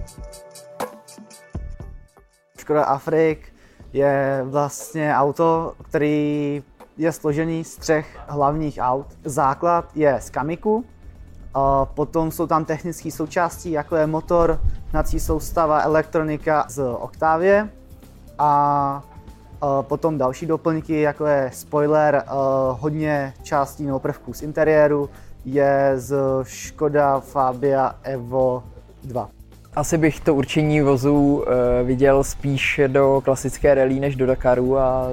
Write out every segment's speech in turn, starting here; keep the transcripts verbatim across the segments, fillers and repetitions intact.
Škoda Afrik je vlastně auto, který je složený z třech hlavních aut. Základ je z Kamiku, potom jsou tam technické součásti, jako je motor, hnací soustava, elektronika z Octavie a potom další doplňky, jako je spoiler, hodně částí nebo prvků z interiéru, je z Škoda Fabia Evo dva. Asi bych to určení vozu viděl spíš do klasické rally než do Dakaru a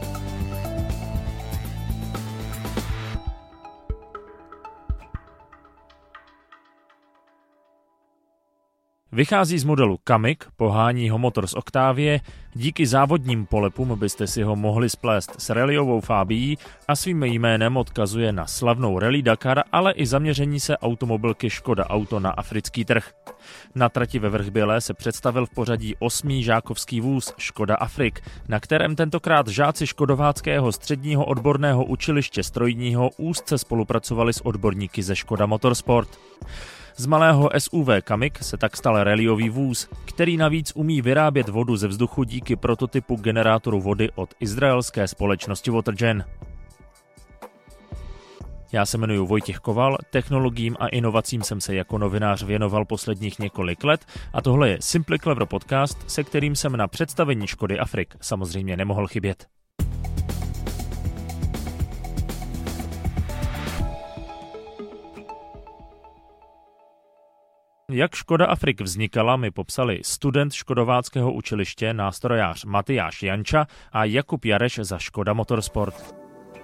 Vychází z modelu Kamik, pohání ho motor z Octavie, díky závodním polepům byste si ho mohli splést s rallyovou Fabií a svým jménem odkazuje na slavnou Rally Dakar, ale i zaměření se automobilky Škoda Auto na africký trh. Na trati ve Vrchbělé se představil v pořadí osmý žákovský vůz Škoda Afrik, na kterém tentokrát žáci škodováckého středního odborného učiliště strojního úzce spolupracovali s odborníky ze Škoda Motorsport. Z malého S U V Kamik se tak stal rallyový vůz, který navíc umí vyrábět vodu ze vzduchu díky prototypu generátoru vody od izraelské společnosti Watergen. Já se jmenuji Vojtěch Koval, technologiím a inovacím jsem se jako novinář věnoval posledních několik let a tohle je Simply Clever podcast, se kterým jsem na představení Škody Afrik samozřejmě nemohl chybět. Jak Škoda Afrik vznikala, mi popsali student škodováckého učiliště, nástrojář Matyáš Janča a Jakub Jareš za Škoda Motorsport.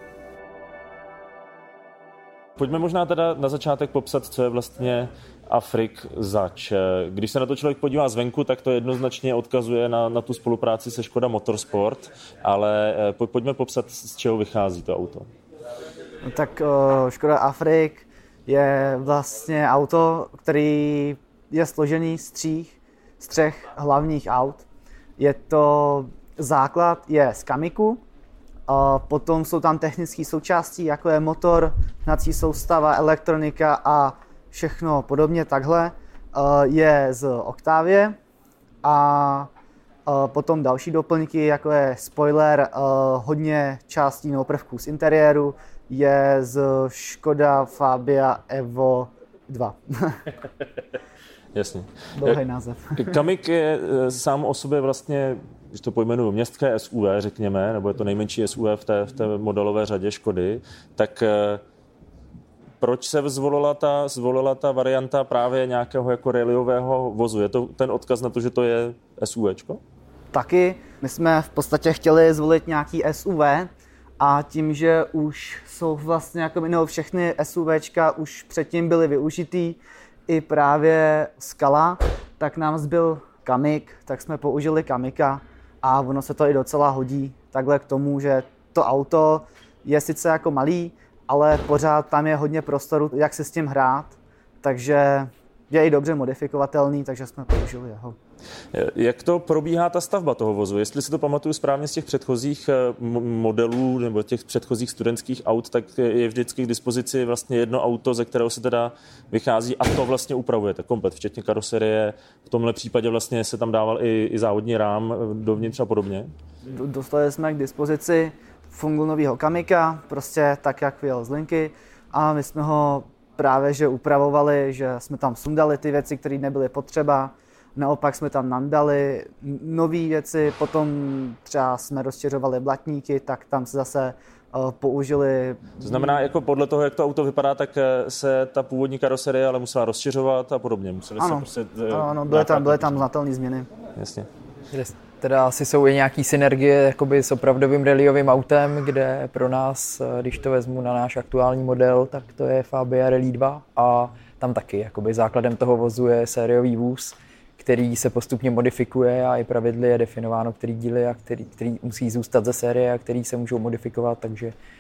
Pojďme možná teda na začátek popsat, co je vlastně Afrik zač. Když se na to člověk podívá zvenku, tak to jednoznačně odkazuje na, na tu spolupráci se Škoda Motorsport, ale pojďme popsat, z čeho vychází to auto. Tak uh, Škoda Afrik je vlastně auto, který je složený z třích, z třech hlavních aut. Je to základ je z Kamiku, potom jsou tam technické součásti, jako je motor, hnací soustava, elektronika a všechno podobně takhle, je z Octavie a potom další doplňky, jako je spoiler, hodně částí nebo prvků z interiéru, je z Škoda Fabia Evo dva. Jasně. Dlouhý název. Kamik je sám o sobě vlastně, když to pojmenuju, městské S U V, řekněme, nebo je to nejmenší S U V v té, v té modelové řadě Škody, tak proč se zvolila ta, zvolila ta varianta právě nějakého jako rallyového vozu? Je to ten odkaz na to, že to je SUVčko? Taky. My jsme v podstatě chtěli zvolit nějaký S U V a tím, že už jsou vlastně jako no, všechny SUVčka už předtím byly využitý, i právě Skala, tak nám zbyl Kamik, tak jsme použili Kamika a ono se to i docela hodí takhle k tomu, že to auto je sice jako malý, ale pořád tam je hodně prostoru, jak se s tím hrát, takže je i dobře modifikovatelný, takže jsme použili jeho. Jak to probíhá ta stavba toho vozu? Jestli si to pamatuju správně z těch předchozích modelů nebo těch předchozích studentských aut, tak je vždycky k dispozici vlastně jedno auto, ze kterého se teda vychází a to vlastně upravujete komplet, včetně karoserie. V tomhle případě vlastně se tam dával i, i závodní rám dovnitř a podobně? Dostali jsme k dispozici fungu nového Kamika, prostě tak, jak vyjel z linky a my jsme ho právě že upravovali, že jsme tam sundali ty věci, které nebyly potřeba. Naopak jsme tam nandali nové věci, potom třeba jsme rozšiřovali blatníky, tak tam se zase uh, použili. To znamená, jako podle toho, jak to auto vypadá, tak se ta původní karoserie ale musela rozšiřovat a podobně. Museli ano, se prostě, ano, byly tam, byly tam znatelné změny. Jasně. Teda asi jsou i nějaký synergie jakoby s opravdovým rallyovým autem, kde pro nás, když to vezmu na náš aktuální model, tak to je Fabia Rally dva a tam taky jakoby základem toho vozu je sériový vůz, který se postupně modifikuje a i pravidly je definováno, který díly a který, který musí zůstat ze série a který se můžou modifikovat, takže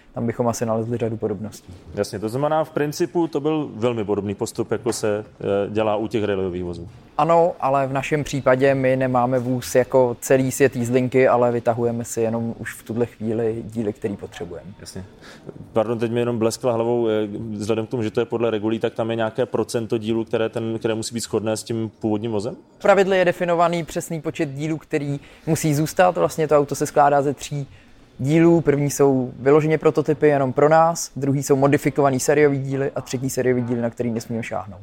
tam bychom asi nalezli řadu podobností. Jasně, to znamená v principu to byl velmi podobný postup, jako se dělá u těch rallyových vozů. Ano, ale v našem případě my nemáme vůz jako celý svět jízdenky, ale vytahujeme si jenom už v tuhle chvíli díly, který potřebujeme. Jasně. Pardon, teď mi jenom bleskla hlavou, vzhledem k tomu, že to je podle regulí, tak tam je nějaké procento dílů, které, ten, které musí být shodné s tím původním vozem? Pravidly je definovaný přesný počet dílů, který musí zůstat. Vlastně to auto se skládá ze tří dílů. První jsou vyloženě prototypy jenom pro nás, druhý jsou modifikovaný sériový díly a třetí sériový díly, na který nesmíme šáhnout.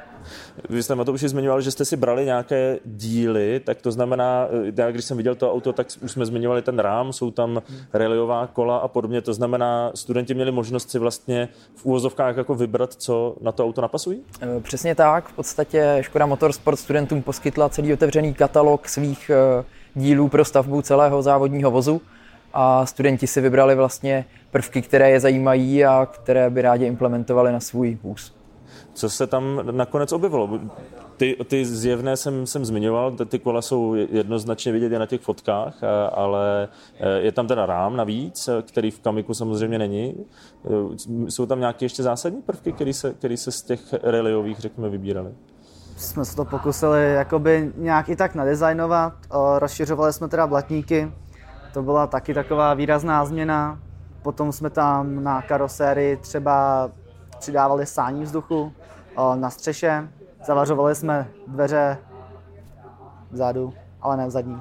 Vy jste na to už zmiňoval, že jste si brali nějaké díly, tak to znamená, já když jsem viděl to auto, tak už jsme zmiňovali ten rám, jsou tam rallyová kola a podobně, to znamená, studenti měli možnost si vlastně v úvozovkách jako vybrat, co na to auto napasují? Přesně tak, v podstatě Škoda Motorsport studentům poskytla celý otevřený katalog svých dílů pro stavbu celého závodního vozu a studenti si vybrali vlastně prvky, které je zajímají a které by rádi implementovali na svůj vůz. Co se tam nakonec objevilo? Ty, ty zjevné jsem, jsem zmiňoval, ty kola jsou jednoznačně vidět i na těch fotkách, ale je tam teda rám navíc, který v Kamiku samozřejmě není. Jsou tam nějaké ještě zásadní prvky, které se, které se z těch rallyových, řekněme, vybíraly? Jsme se to pokusili jakoby nějak i tak nadizajnovat, rozšiřovali jsme teda blatníky, to byla taky taková výrazná změna. Potom jsme tam na karosérii třeba přidávali sání vzduchu na střeše, zavařovali jsme dveře vzadu, ale ne v zadní,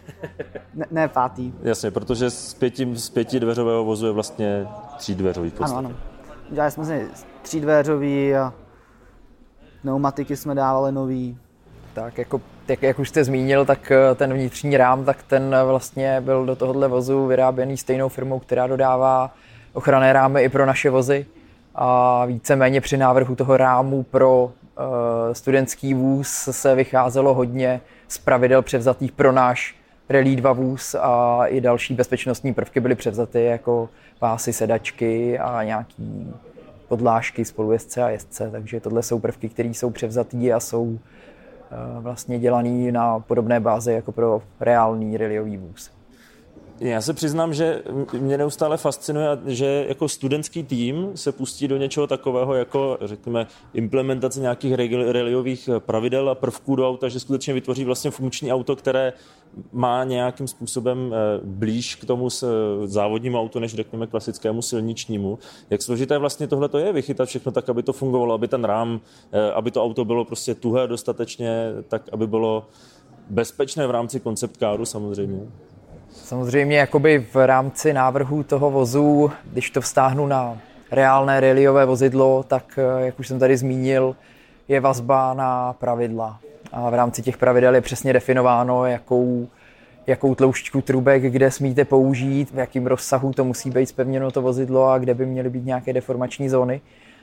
ne, ne pátý. Jasně, protože z pěti, z pěti dveřového vozu je vlastně třídveřový postup. Ano, ano. Dělali jsme si třídveřový a pneumatiky jsme dávali nový. Tak jako, jak, jak už jste zmínil, tak ten vnitřní rám, tak ten vlastně byl do tohohle vozu vyráběný stejnou firmou, která dodává ochranné rámy i pro naše vozy. A víceméně při návrhu toho rámu pro uh, studentský vůz se vycházelo hodně z pravidel převzatých pro náš Rally dva vůz a i další bezpečnostní prvky byly převzaty jako pásy, sedačky a nějaký podlážky spolujezdce a jezdce, takže tohle jsou prvky, které jsou převzatý a jsou uh, vlastně dělaný na podobné bázi jako pro reálný rallyový vůz. Já se přiznám, že mě neustále fascinuje, že jako studentský tým se pustí do něčeho takového, jako řekněme implementace nějakých rallyových pravidel a prvků do auta, že skutečně vytvoří vlastně funkční auto, které má nějakým způsobem blíž k tomu závodnímu autu, než řekněme klasickému silničnímu. Jak složité vlastně tohle to je vychytat všechno tak, aby to fungovalo, aby ten rám, aby to auto bylo prostě tuhé dostatečně, tak aby bylo bezpečné v rámci concept caru samozřejmě. Samozřejmě jakoby v rámci návrhu toho vozu, když to vztáhnu na reálné rallyové vozidlo, tak jak už jsem tady zmínil, je vazba na pravidla. A v rámci těch pravidel je přesně definováno, jakou, jakou tloušťku trubek, kde smíte použít, v jakém rozsahu to musí být zpevněno to vozidlo a kde by měly být nějaké deformační zóny.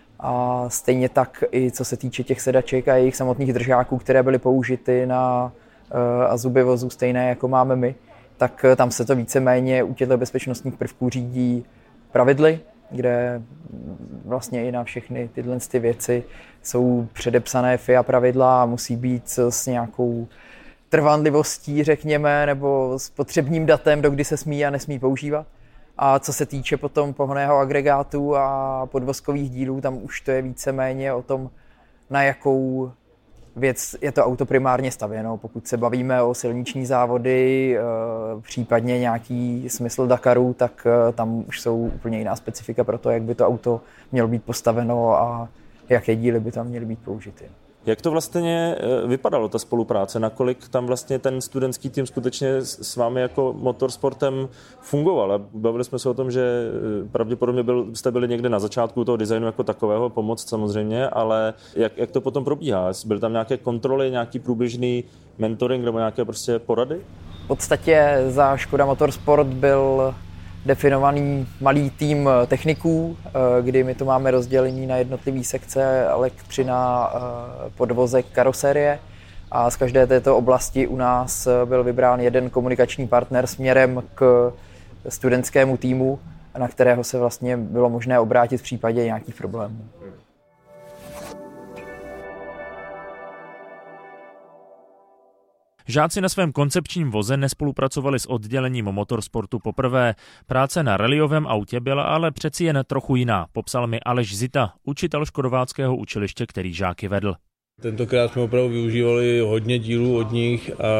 A stejně tak i co se týče těch sedaček a jejich samotných držáků, které byly použity na uh, azuby vozu stejné, jako máme my, tak tam se to víceméně u těchto bezpečnostních prvků řídí pravidly, kde vlastně i na všechny tyhle ty věci jsou předepsané F I A pravidla a musí být s nějakou trvanlivostí, řekněme, nebo s potřebným datem, do kdy se smí a nesmí používat. A co se týče potom pohonného agregátu a podvozkových dílů, tam už to je víceméně o tom, na jakou věc je to auto primárně stavěno. Pokud se bavíme o silniční závody, případně nějaký smysl Dakaru, tak tam už jsou úplně jiná specifika pro to, jak by to auto mělo být postaveno a jaké díly by tam měly být použity. Jak to vlastně vypadalo, ta spolupráce? Nakolik tam vlastně ten studentský tým skutečně s vámi jako motorsportem fungoval? Bavili jsme se o tom, že pravděpodobně byl, jste byli někde na začátku toho designu jako takového, pomoc samozřejmě, ale jak, jak to potom probíhá? Byly tam nějaké kontroly, nějaký průběžný mentoring nebo nějaké prostě porady? V podstatě za Škoda Motorsport byl definovaný malý tým techniků, kdy my to máme rozdělení na jednotlivé sekce, elektřina, podvozek, karosérie a z každé této oblasti u nás byl vybrán jeden komunikační partner směrem k studentskému týmu, na kterého se vlastně bylo možné obrátit v případě nějakých problémů. Žáci na svém koncepčním voze nespolupracovali s oddělením motorsportu poprvé. Práce na rallyovém autě byla ale přeci jen trochu jiná, popsal mi Aleš Zita, učitel škodováckého učiliště, který žáky vedl. Tentokrát jsme opravdu využívali hodně dílů od nich a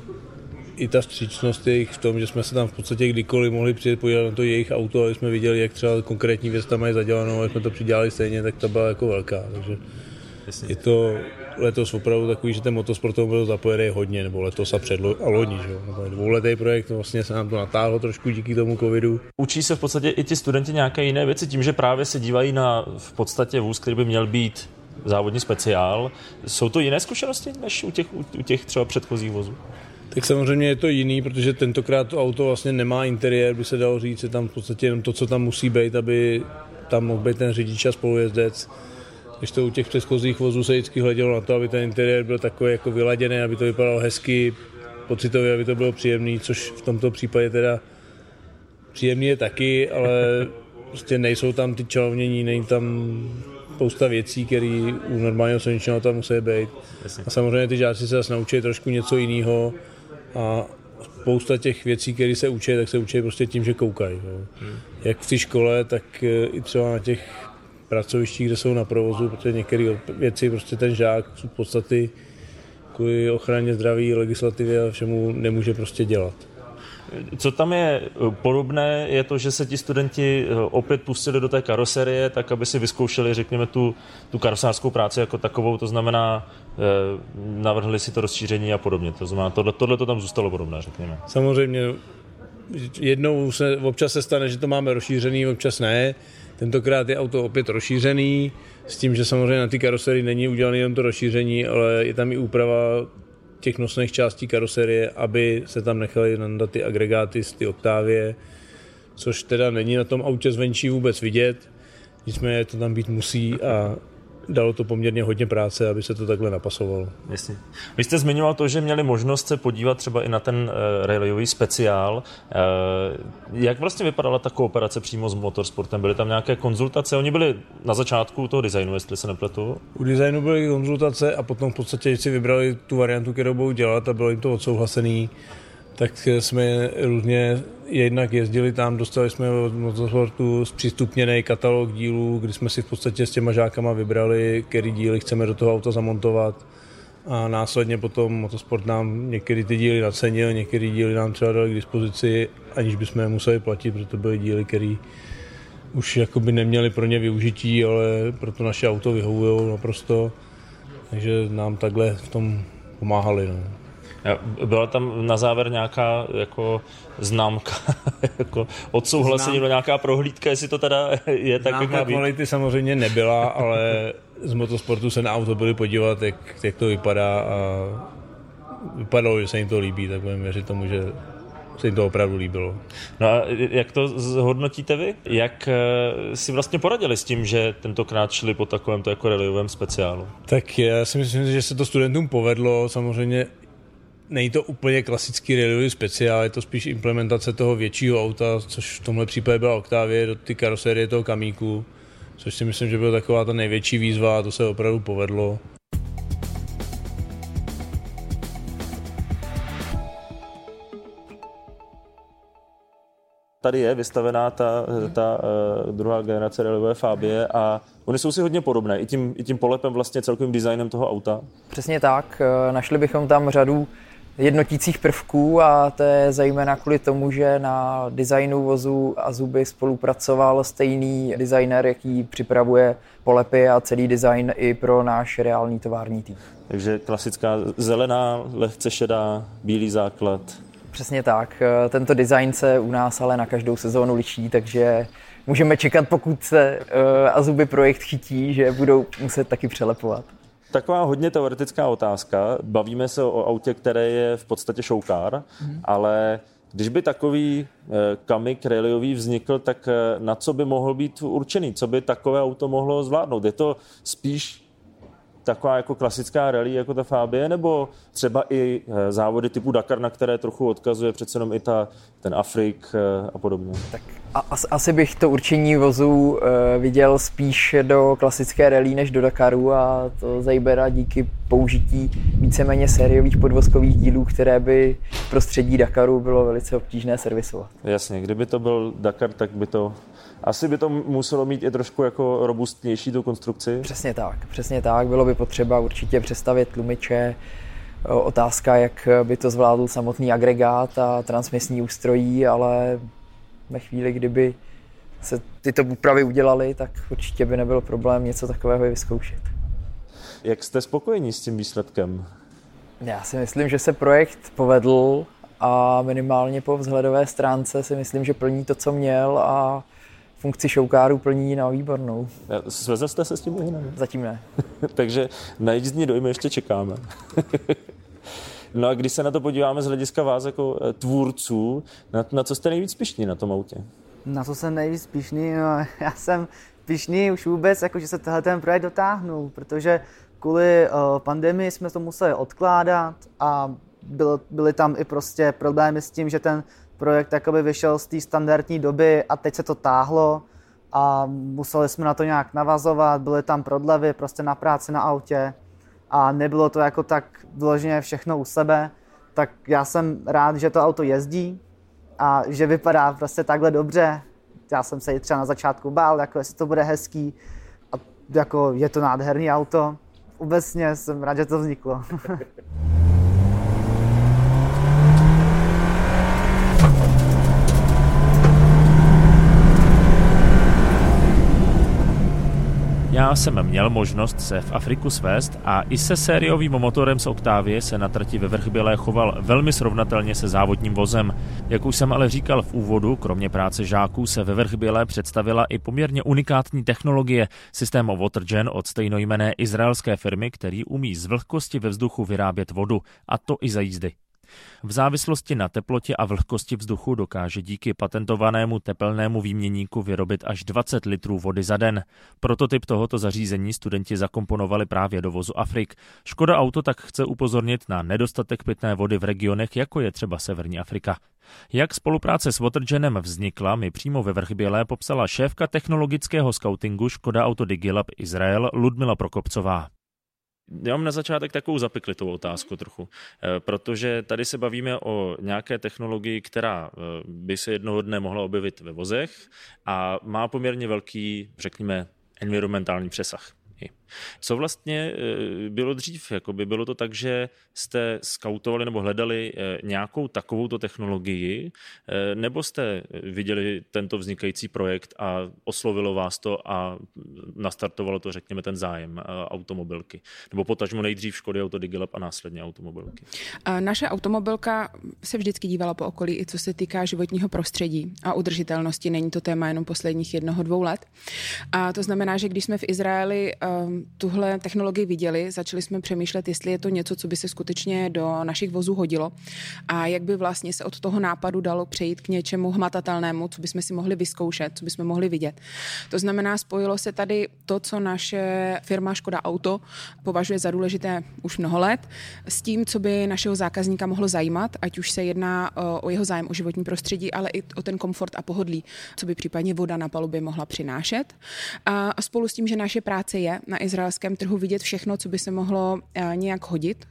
i ta vstřícnost jejich v tom, že jsme se tam v podstatě kdykoliv mohli přijet podívat na to jejich auto, aby jsme viděli, jak třeba konkrétní věc tam mají zadělanou, a jsme to přidělali stejně, tak ta byla jako velká. Takže je to letos opravdu takový, že ten motosportový model zapojede hodně, nebo letos a předlo a loni, že jo. Dvouletý projekt, vlastně se nám to natáhlo trošku díky tomu covidu. Učí se v podstatě i ti studenti nějaké jiné věci tím, že právě se dívají na v podstatě vůz, který by měl být závodní speciál. Jsou to jiné zkušenosti než u těch, u těch třeba předchozích vozů? Tak samozřejmě je to jiný, protože tentokrát to auto vlastně nemá interiér, by se dalo říct, je tam v podstatě jenom to, co tam musí být, aby tam mohl být ten řidič a spolujezdec. Když to u těch předchozích vozů se vždycky hledělo na to, aby ten interiér byl takový jako vyladěný, aby to vypadalo hezky, pocitově, aby to bylo příjemný, což v tomto případě teda příjemný je taky, ale prostě nejsou tam ty čalovnění, není tam spousta věcí, které u normálního silničního tam musí být. A samozřejmě ty žáci se zase naučí trošku něco jiného a spousta těch věcí, které se učí, tak se učí prostě tím, že koukají. Hmm. Jak v té škole, tak i třeba na těch pracovištích, kde jsou na provozu, protože některé věci prostě ten žák v podstatě kvůli ochraně zdraví, legislativě a všemu nemůže prostě dělat. Co tam je podobné, je to, že se ti studenti opět pustili do té karoserie, tak aby si vyzkoušeli, řekněme, tu, tu karosářskou práci jako takovou, to znamená, eh, navrhli si to rozšíření a podobně. To znamená, tohle, tohle to tam zůstalo podobné, řekněme. Samozřejmě jednou se, občas se stane, že to máme rozšířený, občas ne. Tentokrát je auto opět rozšířený, s tím, že samozřejmě na té karoserii není udělané jenom to rozšíření, ale je tam i úprava těch nosných částí karoserie, aby se tam nechaly nandat ty agregáty z ty Octavie, což teda není na tom autě zvenčí vůbec vidět, nicméně to tam být musí a dalo to poměrně hodně práce, aby se to takhle napasovalo. Jasně. Vy jste zmiňoval to, že měli možnost se podívat třeba i na ten uh, rallyový speciál. Uh, jak vlastně vypadala ta kooperace přímo s motorsportem? Byly tam nějaké konzultace? Oni byli na začátku toho designu, jestli se nepletu? U designu byly konzultace a potom v podstatě si vybrali tu variantu, kterou budou dělat a bylo jim to odsouhlasený. Tak jsme různě jednak jezdili tam, dostali jsme od motorsportu zpřístupněný katalog dílů, kdy jsme si v podstatě s těma žákama vybrali, který díly chceme do toho auta zamontovat a následně potom motorsport nám některé ty díly nacenil, některé díly nám třeba dali k dispozici, aniž bychom je museli platit, protože to byly díly, které už jakoby neměli pro ně využití, ale pro to naše auto vyhovují naprosto, takže nám takhle v tom pomáhali. No. Byla tam na závěr nějaká jako známka, jako odsouhlasení, Znám... nějaká prohlídka, jestli to teda je tak, jak má být? Kvality samozřejmě nebyla, ale z motosportu se na auto byli podívat, jak, jak to vypadá a vypadalo, že se jim to líbí, tak budeme věřit tomu, že se jim to opravdu líbilo. No a jak to zhodnotíte vy? Jak si vlastně poradili s tím, že tentokrát šli po takovémto jako rallyovém speciálu? Tak já si myslím, že se to studentům povedlo, samozřejmě není to úplně klasický rallyový speciál, je to spíš implementace toho většího auta, což v tomhle případě byla Octavie, do ty karoserie toho Kamíku, což si myslím, že byla taková ta největší výzva a to se opravdu povedlo. Tady je vystavená ta, ta uh, druhá generace rallyové Fabie a oni jsou si hodně podobné, i tím, i tím polepem, vlastně celkovým designem toho auta. Přesně tak, našli bychom tam řadu jednotících prvků a to je zejména kvůli tomu, že na designu vozu Azuby spolupracoval stejný designer, jaký připravuje polepy a celý design i pro náš reálný tovární tým. Takže klasická zelená, lehce šedá, bílý základ. Přesně tak. Tento design se u nás ale na každou sezónu liší, takže můžeme čekat, pokud se uh, Azuby projekt chytí, že budou muset taky přelepovat. Taková hodně teoretická otázka. Bavíme se o autě, které je v podstatě showcar, mm. ale když by takový uh, Kamik rallyový vznikl, tak uh, na co by mohl být určený? Co by takové auto mohlo zvládnout? Je to spíš taková jako klasická rally jako ta Fabie, nebo třeba i závody typu Dakar, na které trochu odkazuje přece jenom i ta, ten Afrik a podobně? Tak A, asi bych to určení vozu viděl spíš do klasické rally než do Dakaru, a to zejména díky použití víceméně sériových podvozkových dílů, které by v prostředí Dakaru bylo velice obtížné servisovat. Jasně, kdyby to byl Dakar, tak by to asi by to muselo mít i trošku jako robustnější tu konstrukci. Přesně tak, přesně tak. Bylo by potřeba určitě přestavět tlumiče. Otázka, jak by to zvládl samotný agregát a transmisní ústrojí, ale ve chvíli, kdyby se tyto úpravy udělaly, tak určitě by nebyl problém něco takového vyzkoušet. Jak jste spokojení s tím výsledkem? Já si myslím, že se projekt povedl a minimálně po vzhledové stránce si myslím, že plní to, co měl, a funkci showcaru plní na výbornou. Svezl jste se s tím bohinem? Zatím ne. Takže na jízdní dojmy ještě čekáme. No a když se na to podíváme z hlediska vás jako tvůrců, na, na co jste nejvíc pyšní na tom autě? Na co jsem nejvíc pyšný? No, já jsem pyšný už vůbec, jako, že se tenhle ten projekt dotáhnul, protože kvůli uh, pandemii jsme to museli odkládat a bylo, byly tam i prostě problémy s tím, že ten projekt jakoby vyšel z té standardní doby a teď se to táhlo a museli jsme na to nějak navazovat, byly tam prodlevy prostě na práci na autě a nebylo to jako tak vyloženě všechno u sebe, tak já jsem rád, že to auto jezdí a že vypadá prostě takhle dobře. Já jsem se i třeba na začátku bál, jako jestli to bude hezký, a jako je to nádherný auto. Obecně jsem rád, že to vzniklo. Já jsem měl možnost se v Afriku svést a i se sériovým motorem z Octavie se na trati ve Vrchbělé choval velmi srovnatelně se závodním vozem. Jak už jsem ale říkal v úvodu, kromě práce žáků se ve Vrchbělé představila i poměrně unikátní technologie, systém Watergen od stejnojmenné izraelské firmy, který umí z vlhkosti ve vzduchu vyrábět vodu, a to i za jízdy. V závislosti na teplotě a vlhkosti vzduchu dokáže díky patentovanému tepelnému výměníku vyrobit až dvacet litrů vody za den. Prototyp tohoto zařízení studenti zakomponovali právě do vozu Afrik. Škoda Auto tak chce upozornit na nedostatek pitné vody v regionech, jako je třeba Severní Afrika. Jak spolupráce s Watergenem vznikla, mi přímo ve Vrchbělé popsala šéfka technologického skautingu Škoda Auto Digilab Izrael Ludmila Prokopcová. Já mám na začátek takovou zapeklitou otázku trochu, protože tady se bavíme o nějaké technologii, která by se jednoho dne mohla objevit ve vozech a má poměrně velký, řekněme, environmentální přesah. Co vlastně bylo dřív? Jakoby bylo to tak, že jste skautovali nebo hledali nějakou takovouto technologii, nebo jste viděli tento vznikající projekt a oslovilo vás to a nastartovalo to, řekněme, ten zájem automobilky? Nebo potažmo nejdřív Škody Auto Digilab a následně automobilky? Naše automobilka se vždycky dívala po okolí, i co se týká životního prostředí a udržitelnosti. Není to téma jenom posledních jednoho, dvou let. A to znamená, že když jsme v Izraeli um, tuhle technologii viděli, začali jsme přemýšlet, jestli je to něco, co by se skutečně do našich vozů hodilo a jak by vlastně se od toho nápadu dalo přejít k něčemu hmatatelnému, co bychom si mohli vyzkoušet, co bychom mohli vidět. To znamená, spojilo se tady to, co naše firma Škoda Auto považuje za důležité už mnoho let, s tím, co by našeho zákazníka mohlo zajímat, ať už se jedná o jeho zájem o životní prostředí, ale i o ten komfort a pohodlí, co by případně voda na palubě mohla přinášet. A spolu s tím, že naše práce je na izraelském trhu vidět všechno, co by se mohlo nějak hodit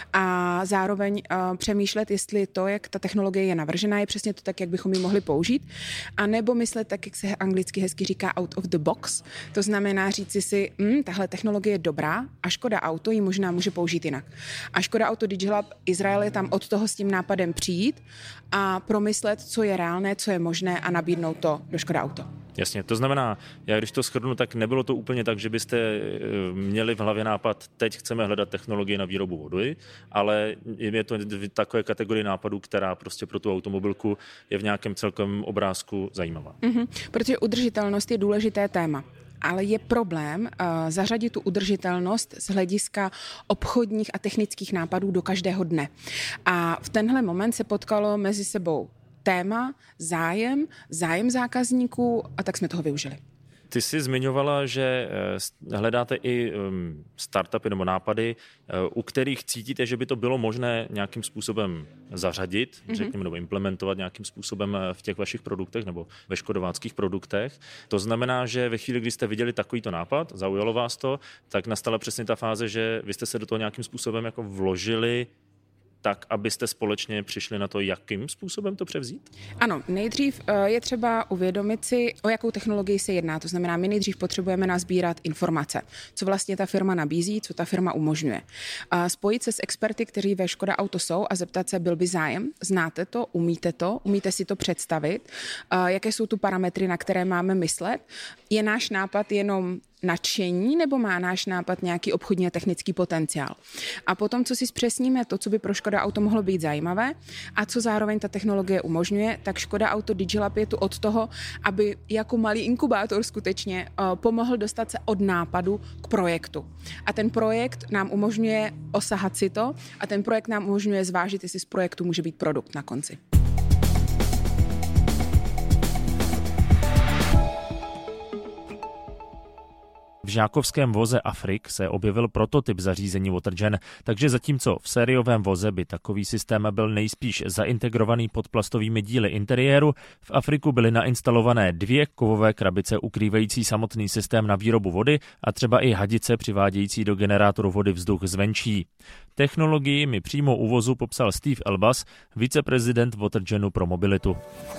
a zároveň přemýšlet, jestli to, jak ta technologie je navržená, je přesně to tak, jak bychom ji mohli použít, a nebo myslet tak, jak se anglicky hezky říká out of the box. To znamená říci si, hm, tahle technologie je dobrá a Škoda Auto ji možná může použít jinak. A Škoda Auto Digilab Izrael je tam od toho s tím nápadem přijít a promyslet, co je reálné, co je možné a nabídnout to do Škoda Auto. Jasně, to znamená, já když to shrnu, tak nebylo to úplně tak, že byste měli v hlavě nápad, teď chceme hledat technologii na výrobu vody, ale je to v takové kategorii nápadů, která prostě pro tu automobilku je v nějakém celkovém obrázku zajímavá. Mm-hmm, protože udržitelnost je důležité téma. Ale je problém uh, zařadit tu udržitelnost z hlediska obchodních a technických nápadů do každého dne. A v tenhle moment se potkalo mezi sebou téma, zájem, zájem zákazníků, a tak jsme toho využili. Ty jsi zmiňovala, že hledáte i startupy nebo nápady, u kterých cítíte, že by to bylo možné nějakým způsobem zařadit, mm-hmm. řekněme, nebo implementovat nějakým způsobem v těch vašich produktech nebo ve škodováckých produktech. To znamená, že ve chvíli, kdy jste viděli takovýto nápad, zaujalo vás to, tak nastala přesně ta fáze, že vy jste se do toho nějakým způsobem jako vložili tak, abyste společně přišli na to, jakým způsobem to převzít? Ano, nejdřív je třeba uvědomit si, o jakou technologii se jedná. To znamená, my nejdřív potřebujeme nazbírat informace, co vlastně ta firma nabízí, co ta firma umožňuje. Spojit se s experty, kteří ve Škoda Auto jsou a zeptat se, byl by zájem, znáte to, umíte to, umíte si to představit, jaké jsou tu parametry, na které máme myslet. Je náš nápad jenom nadšení, nebo má náš nápad nějaký obchodní a technický potenciál. A potom, co si zpřesníme to, co by pro Škoda Auto mohlo být zajímavé a co zároveň ta technologie umožňuje, tak Škoda Auto DigiLab je tu od toho, aby jako malý inkubátor skutečně uh, pomohl dostat se od nápadu k projektu. A ten projekt nám umožňuje osahat si to a ten projekt nám umožňuje zvážit, jestli z projektu může být produkt na konci. V žákovském voze Afrik se objevil prototyp zařízení WaterGen, takže zatímco v sériovém voze by takový systém byl nejspíš zaintegrovaný pod plastovými díly interiéru, v Afriku byly nainstalované dvě kovové krabice ukrývající samotný systém na výrobu vody a třeba i hadice přivádějící do generátoru vody vzduch zvenčí. Technologii mi přímo u vozu popsal Steve Elbas, viceprezident WaterGenu pro mobilitu.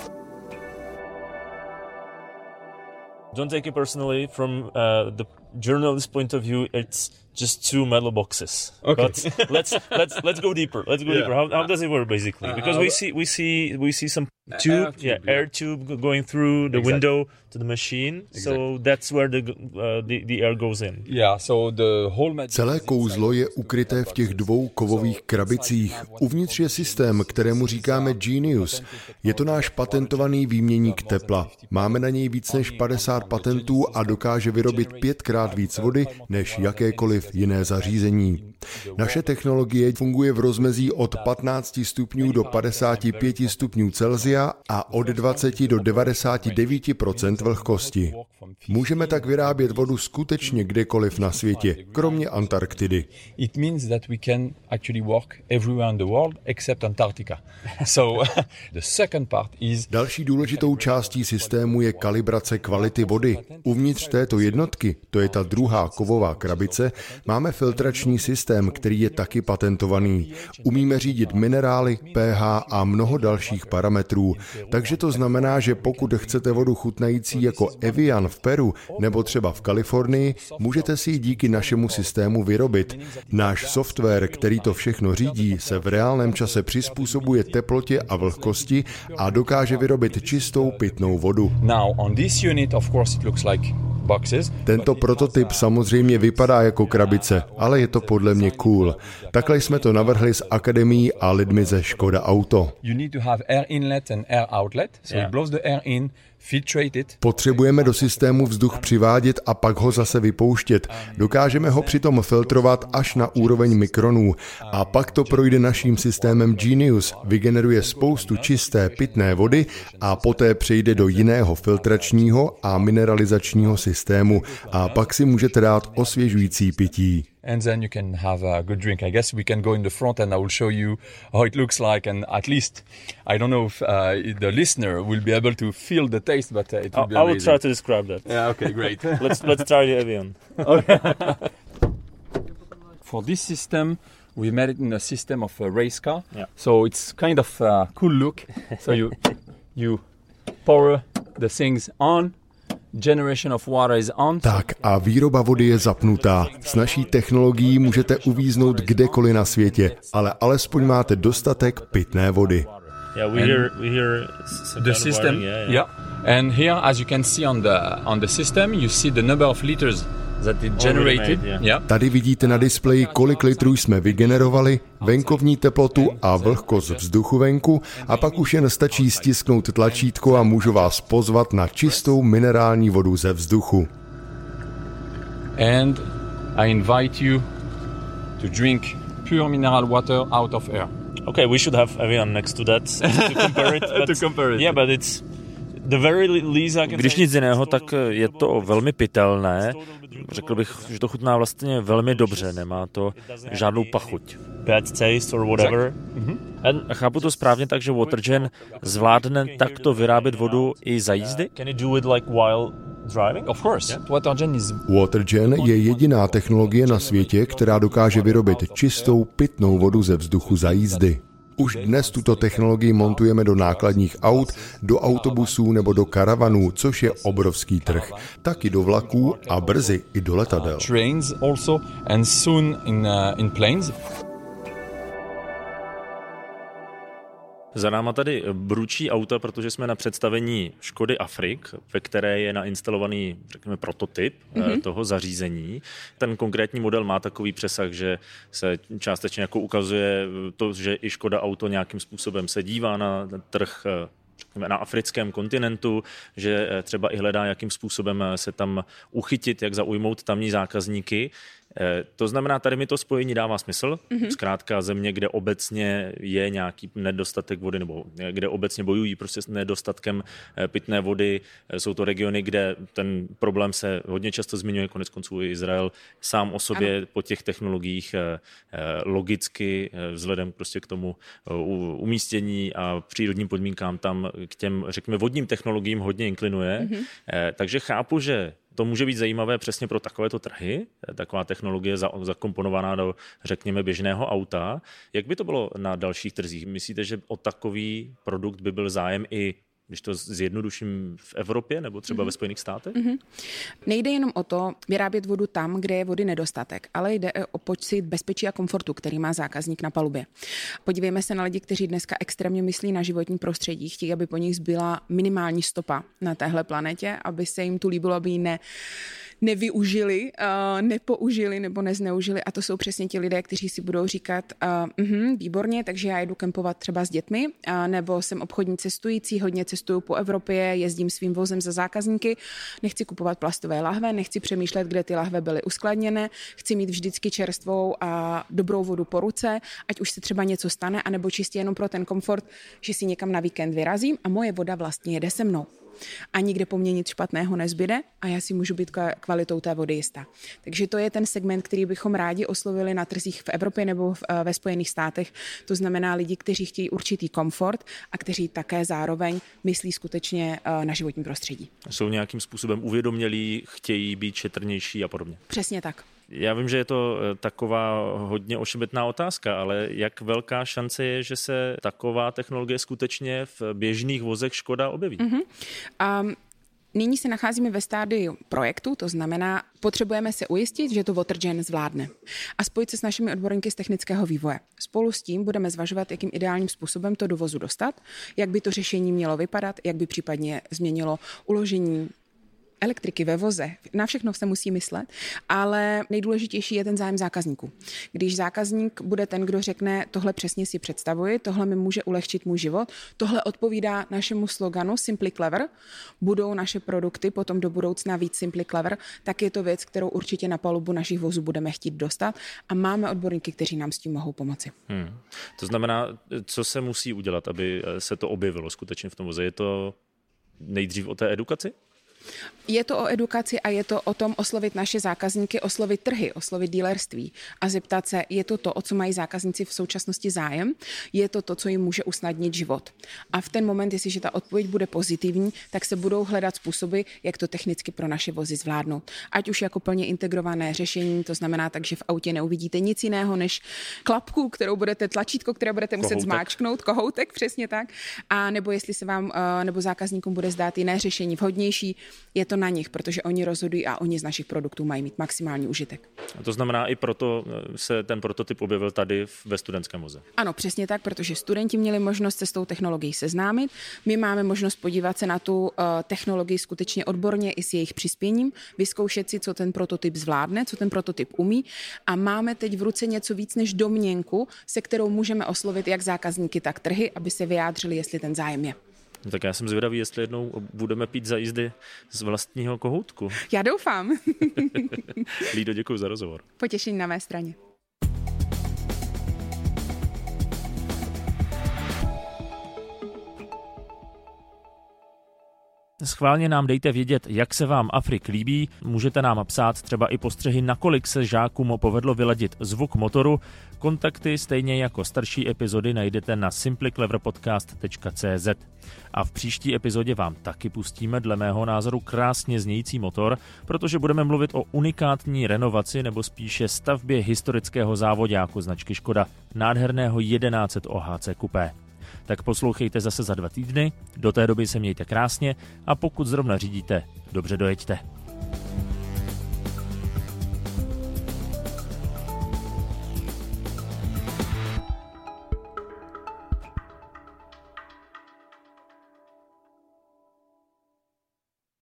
Don't take it personally from uh, the journalist point of view. It's just two metal boxes. Okay. But let's let's let's go deeper. Let's go yeah. deeper. How how does it work basically? Because we see we see we see some tube, air tube yeah, yeah, air tube going through the exactly. window to the machine. Exactly. So that's where the uh, the the air goes in. Yeah, so the whole Celé kouzlo je ukryté v těch dvou kovových krabicích. Uvnitř je systém, kterému říkáme Genius. Je to náš patentovaný výměník tepla. Máme na něj víc než padesát patentů a dokáže vyrobit pětkrát víc vody než jakékoliv jiné zařízení. Naše technologie funguje v rozmezí od patnáct stupňů do padesát pět stupňů Celsia a od dvacet do devadesát devět procent vlhkosti. Můžeme tak vyrábět vodu skutečně kdekoliv na světě, kromě Antarktidy. It means that we can actually work everywhere in the world except Antarctica. So the second part is Další důležitou částí systému je kalibrace kvality vody. Uvnitř této jednotky, to je ta druhá kovová krabice, máme filtrační systém, který je taky patentovaný. Umíme řídit minerály, pH a mnoho dalších parametrů. Takže to znamená, že pokud chcete vodu chutnající jako Evian v Peru nebo třeba v Kalifornii, můžete si ji díky našemu systému vyrobit. Náš software, který to všechno řídí, se v reálném čase přizpůsobuje teplotě a vlhkosti a dokáže vyrobit čistou pitnou vodu. now on this unit, of course, it looks like boxes. Tento prototyp samozřejmě vypadá jako krabice, ale je to podle mě cool. Takhle jsme to navrhli s akademií a lidmi ze Škoda Auto. You need to have air inlet and air outlet, so Yeah. it blows the air in, filtrate it. Potřebujeme do systému vzduch přivádět a pak ho zase vypouštět. Dokážeme ho přitom filtrovat až na úroveň mikronů. A pak to projde naším systémem Genius, vygeneruje spoustu čisté pitné vody a poté přejde do jiného filtračního a mineralizačního systému. A pak si můžete dát osvěžující pití. And then you can have a good drink. I guess we can go in the front and I will show you how it looks like. And at least, I don't know if uh, the listener will be able to feel the taste, but uh, it will I, be I will amazing. try to describe that. Yeah, okay, great. let's let's try the Evian. For this system, we made it in a system of a race car. Yeah. So it's kind of a cool look. So you you power the things on. Generation of water is on. Tak a výroba vody je zapnutá. S naší technologií můžete uvíznout kdekoliv na světě, ale alespoň máte dostatek pitné vody. Yeah, we And hear we hear some The kind of system, wiring, yeah, yeah. And here, as you can see on the on the system, you see the number of liters that it generated. made, yeah. Yeah. Tady vidíte na displeji, kolik litrů jsme vygenerovali, venkovní teplotu a vlhkost vzduchu venku a pak už jen stačí stisknout tlačítko a můžu vás pozvat na čistou minerální vodu ze vzduchu. And I invite you to drink pure mineral water out of air. Okay, we should have Evian next to that to compare it. But To compare it. Yeah, but it's Když nic jiného, tak je to velmi pitelné. Řekl bych, že to chutná vlastně velmi dobře, nemá to žádnou pachuť. A chápu to správně tak, že Watergen zvládne takto vyrábět vodu i za jízdy? Watergen je jediná technologie na světě, která dokáže vyrobit čistou pitnou vodu ze vzduchu za jízdy. Už dnes tuto technologii montujeme do nákladních aut, do autobusů nebo do karavanů, což je obrovský trh. Taky do vlaků a brzy i do letadel. Za náma tady bručí auta, protože jsme na představení Škody Afrik, ve které je nainstalovaný, řekněme, prototyp mm-hmm. toho zařízení. Ten konkrétní model má takový přesah, že se částečně jako ukazuje to, že i Škoda Auto nějakým způsobem se dívá na trh na africkém kontinentu, že třeba i hledá, jakým způsobem se tam uchytit, jak zaujmout tamní zákazníky. To znamená, tady mi to spojení dává smysl. Mm-hmm. Zkrátka země, kde obecně je nějaký nedostatek vody, nebo kde obecně bojují prostě s nedostatkem pitné vody. Jsou to regiony, kde ten problém se hodně často zmiňuje, konec konců i Izrael sám o sobě ano. po těch technologiích logicky vzhledem prostě k tomu umístění a přírodním podmínkám tam k těm, řekněme, vodním technologiím hodně inklinuje. Mm-hmm. Takže chápu, že to může být zajímavé přesně pro takovéto trhy, taková technologie zakomponovaná do, řekněme, běžného auta. Jak by to bylo na dalších trzích? Myslíte, že o takový produkt by byl zájem i, když to zjednoduším, v Evropě nebo třeba mm-hmm. ve Spojených státech? Mm-hmm. Nejde jenom o to vyrábět vodu tam, kde je vody nedostatek, ale jde o pocit bezpečí a komfortu, který má zákazník na palubě. Podívejme se na lidi, kteří dneska extrémně myslí na životní prostředí, chtějí, aby po nich zbyla minimální stopa na téhle planetě, aby se jim tu líbilo, aby ji ne nevyužili, uh, nepoužili nebo nezneužili a to jsou přesně ti lidé, kteří si budou říkat uh, uh, výborně, takže já jdu kempovat třeba s dětmi, uh, nebo jsem obchodní cestující, hodně cestuju po Evropě, jezdím svým vozem za zákazníky, nechci kupovat plastové lahve, nechci přemýšlet, kde ty lahve byly uskladněné, chci mít vždycky čerstvou a dobrou vodu po ruce, ať už se třeba něco stane, anebo čistě jenom pro ten komfort, že si někam na víkend vyrazím a moje voda vlastně jede se mnou. A nikde po mně nic špatného nezbyde a já si můžu být kvalitou té vody jistá. Takže to je ten segment, který bychom rádi oslovili na trzích v Evropě nebo v, ve Spojených státech. To znamená lidi, kteří chtějí určitý komfort a kteří také zároveň myslí skutečně na životní prostředí. Jsou nějakým způsobem uvědomělí, chtějí být šetrnější a podobně. Přesně tak. Já vím, že je to taková hodně ošebetná otázka, ale jak velká šance je, že se taková technologie skutečně v běžných vozech Škoda objeví? Mm-hmm. Um... Nyní se nacházíme ve stádiu projektu, to znamená, potřebujeme se ujistit, že to Watergen zvládne a spojit se s našimi odborníky z technického vývoje. Spolu s tím budeme zvažovat, jakým ideálním způsobem to do vozu dostat, jak by to řešení mělo vypadat, jak by případně změnilo uložení elektriky ve voze. Na všechno se musí myslet, ale nejdůležitější je ten zájem zákazníků. Když zákazník bude ten, kdo řekne, tohle přesně si představuji, tohle mi může ulehčit můj život, tohle odpovídá našemu sloganu Simply Clever, budou naše produkty potom do budoucna víc Simply Clever, tak je to věc, kterou určitě na palubu našich vozů budeme chtít dostat a máme odborníky, kteří nám s tím mohou pomoci. Hmm. To znamená, co se musí udělat, aby se to objevilo skutečně v tom voze? Je to nejdřív o té edukaci? Je to o edukaci a je to o tom oslovit naše zákazníky, oslovit trhy, oslovit dealerství a zeptat se, je to to, o co mají zákazníci v současnosti zájem, je to to, co jim může usnadnit život. A v ten moment, jestliže ta odpověď bude pozitivní, tak se budou hledat způsoby, jak to technicky pro naše vozy zvládnout. Ať už jako plně integrované řešení, to znamená tak, že v autě neuvidíte nic jiného než klapku, kterou budete, tlačítko, které budete muset kohoutek. zmáčknout, kohoutek, přesně tak. A nebo jestli se vám nebo zákazníkům bude zdát jiné řešení vhodnější, je to na nich, protože oni rozhodují a oni z našich produktů mají mít maximální užitek. A to znamená, i proto se ten prototyp objevil tady ve studentském voze. Ano, přesně tak, protože studenti měli možnost se s tou technologií seznámit. My máme možnost podívat se na tu uh, technologii skutečně odborně i s jejich přispěním, vyzkoušet si, co ten prototyp zvládne, co ten prototyp umí a máme teď v ruce něco víc než domněnku, se kterou můžeme oslovit jak zákazníky, tak trhy, aby se vyjádřili, jestli ten zájem je. No tak já jsem zvědavý, jestli jednou budeme pít za jízdy z vlastního kohoutku. Já doufám. Lído, děkuji za rozhovor. Potěšení na mé straně. Schválně nám dejte vědět, jak se vám Afrik líbí. Můžete nám psát třeba i postřehy, nakolik se žákům povedlo vyladit zvuk motoru. Kontakty stejně jako starší epizody najdete na simply clever podcast tečka cé zet. A v příští epizodě vám taky pustíme dle mého názoru krásně znějící motor, protože budeme mluvit o unikátní renovaci nebo spíše stavbě historického závodáku značky Škoda, nádherného jedenáct set O H C kupé. Tak poslouchejte zase za dva týdny, do té doby se mějte krásně a pokud zrovna řídíte, dobře dojeďte.